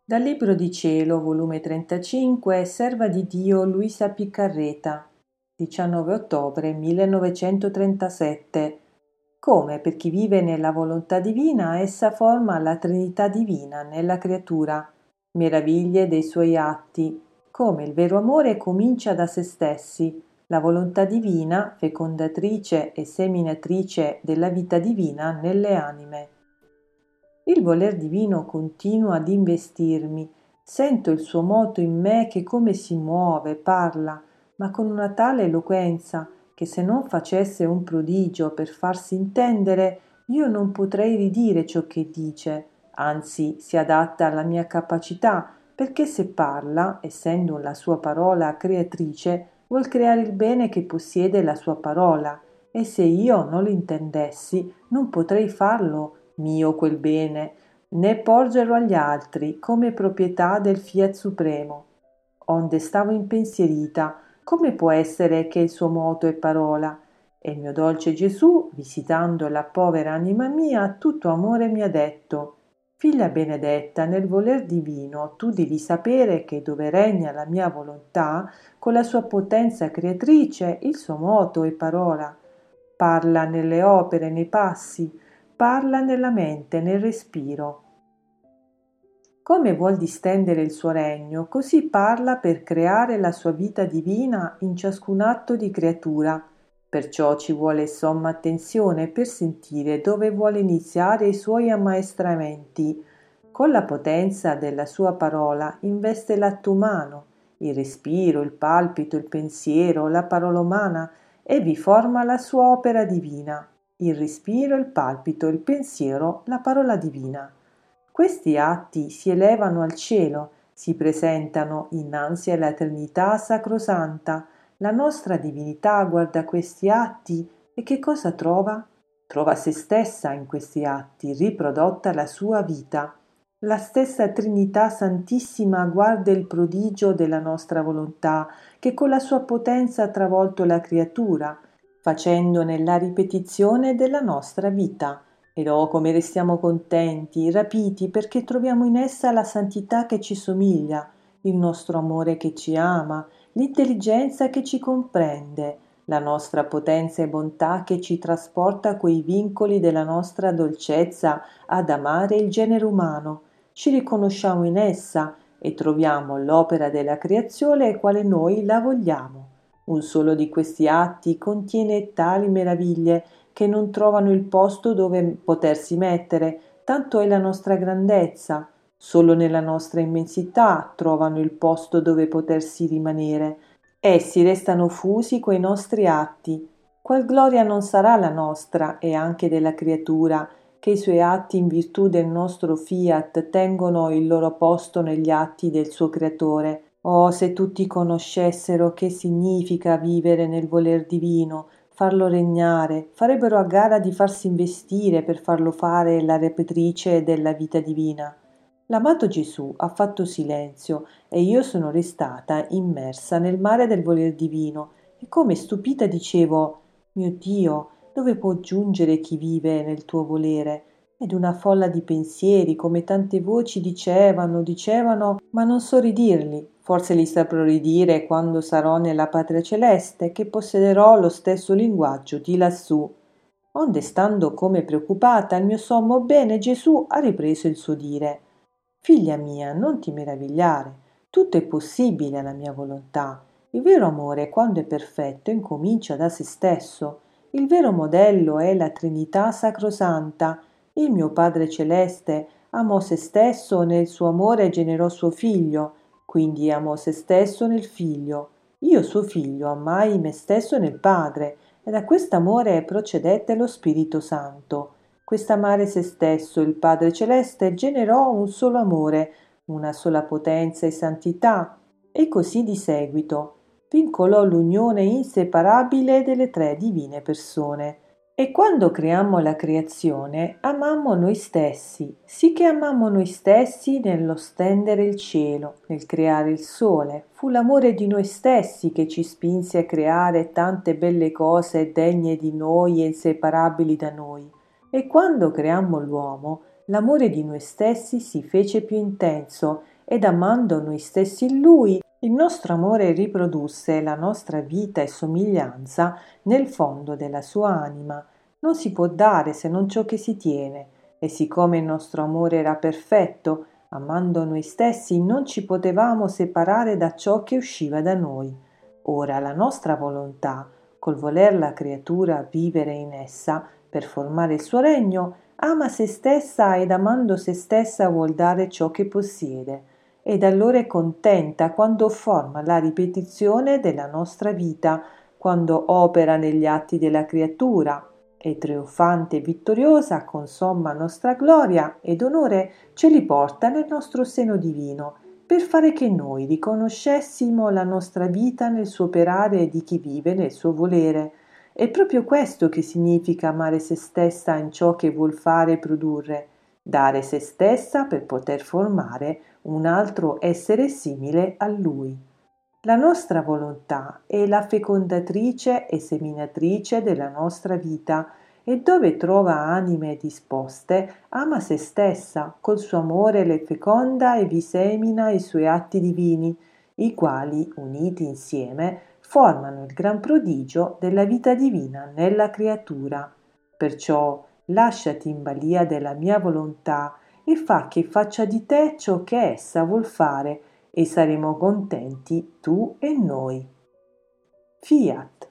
Dal Libro di Cielo, volume 35, Serva di Dio Luisa Piccarreta, 19 ottobre 1937. Come per chi vive nella volontà divina, essa forma la Trinità divina nella creatura, meraviglie dei suoi atti, come il vero amore comincia da se stessi, la volontà divina, fecondatrice e seminatrice della vita divina nelle anime. Il voler divino continua ad investirmi, sento il suo moto in me che come si muove, parla, ma con una tale eloquenza che se non facesse un prodigio per farsi intendere, io non potrei ridire ciò che dice, anzi si adatta alla mia capacità, perché se parla, essendo la sua parola creatrice, vuol creare il bene che possiede la sua parola, e se io non lo intendessi, non potrei farlo mio quel bene, né porgerlo agli altri come proprietà del fiat supremo. Onde stavo impensierita, come può essere che il suo moto è parola? E il mio dolce Gesù, visitando la povera anima mia, tutto amore mi ha detto: Figlia benedetta, nel voler divino tu devi sapere che dove regna la mia volontà, con la sua potenza creatrice, il suo moto è parola. Parla nelle opere, nei passi, parla nella mente, nel respiro. Come vuol distendere il suo regno, così parla per creare la sua vita divina in ciascun atto di creatura. Perciò ci vuole somma attenzione per sentire dove vuole iniziare i suoi ammaestramenti. Con la potenza della sua parola investe l'atto umano, il respiro, il palpito, il pensiero, la parola umana, e vi forma la sua opera divina. Il respiro, il palpito, il pensiero, la parola divina. Questi atti si elevano al cielo, si presentano innanzi alla Trinità Sacrosanta. La nostra divinità guarda questi atti e che cosa trova? Trova se stessa in questi atti, riprodotta la sua vita. La stessa Trinità Santissima guarda il prodigio della nostra volontà, che con la sua potenza ha travolto la creatura, facendone la ripetizione della nostra vita. Ed oh, come restiamo contenti, rapiti, perché troviamo in essa la santità che ci somiglia, il nostro amore che ci ama, l'intelligenza che ci comprende, la nostra potenza e bontà che ci trasporta quei vincoli della nostra dolcezza ad amare il genere umano. Ci riconosciamo in essa e troviamo l'opera della creazione quale noi la vogliamo. Un solo di questi atti contiene tali meraviglie che non trovano il posto dove potersi mettere, tanto è la nostra grandezza. Solo nella nostra immensità trovano il posto dove potersi rimanere. Essi restano fusi coi nostri atti. Qual gloria non sarà la nostra e anche della creatura, che i suoi atti in virtù del nostro fiat tengono il loro posto negli atti del suo creatore. Oh, se tutti conoscessero che significa vivere nel voler divino, farlo regnare, farebbero a gara di farsi investire per farlo fare la repetrice della vita divina. L'amato Gesù ha fatto silenzio e io sono restata immersa nel mare del voler divino e come stupita dicevo: Mio Dio, dove può giungere chi vive nel tuo volere? Ed una folla di pensieri, come tante voci dicevano, ma non so ridirli. Forse li saprò ridire quando sarò nella patria celeste, che possederò lo stesso linguaggio di lassù. Onde stando come preoccupata, il mio sommo bene Gesù ha ripreso il suo dire: Figlia mia, non ti meravigliare, tutto è possibile alla mia volontà. Il vero amore, quando è perfetto, incomincia da se stesso. Il vero modello è la Trinità Sacrosanta. Il mio Padre Celeste amò se stesso nel suo amore generò suo figlio, quindi amò se stesso nel figlio. Io, suo figlio, amai me stesso nel Padre, e da quest'amore procedette lo Spirito Santo. Quest'amare se stesso, il Padre Celeste, generò un solo amore, una sola potenza e santità, e così di seguito vincolò l'unione inseparabile delle tre divine persone. E quando creammo la creazione, amammo noi stessi, sì che amammo noi stessi nello stendere il cielo, nel creare il sole. Fu l'amore di noi stessi che ci spinse a creare tante belle cose degne di noi e inseparabili da noi. E quando creammo l'uomo, l'amore di noi stessi si fece più intenso ed amando noi stessi in Lui, il nostro amore riprodusse la nostra vita e somiglianza nel fondo della sua anima. Non si può dare se non ciò che si tiene, e siccome il nostro amore era perfetto, amando noi stessi non ci potevamo separare da ciò che usciva da noi. Ora la nostra volontà, col voler la creatura vivere in essa per formare il suo regno, ama se stessa ed amando se stessa vuol dare ciò che possiede, ed allora è contenta quando forma la ripetizione della nostra vita, quando opera negli atti della creatura, e trionfante e vittoriosa con somma nostra gloria ed onore ce li porta nel nostro seno divino, per fare che noi riconoscessimo la nostra vita nel suo operare di chi vive nel suo volere. È proprio questo che significa amare se stessa in ciò che vuol fare e produrre, dare se stessa per poter formare un altro essere simile a lui. La nostra volontà è la fecondatrice e seminatrice della nostra vita e dove trova anime disposte ama se stessa, col suo amore le feconda e vi semina i suoi atti divini, i quali, uniti insieme, formano il gran prodigio della vita divina nella creatura. Perciò lasciati in balia della mia volontà e fa che faccia di te ciò che essa vuol fare e saremo contenti tu e noi. Fiat.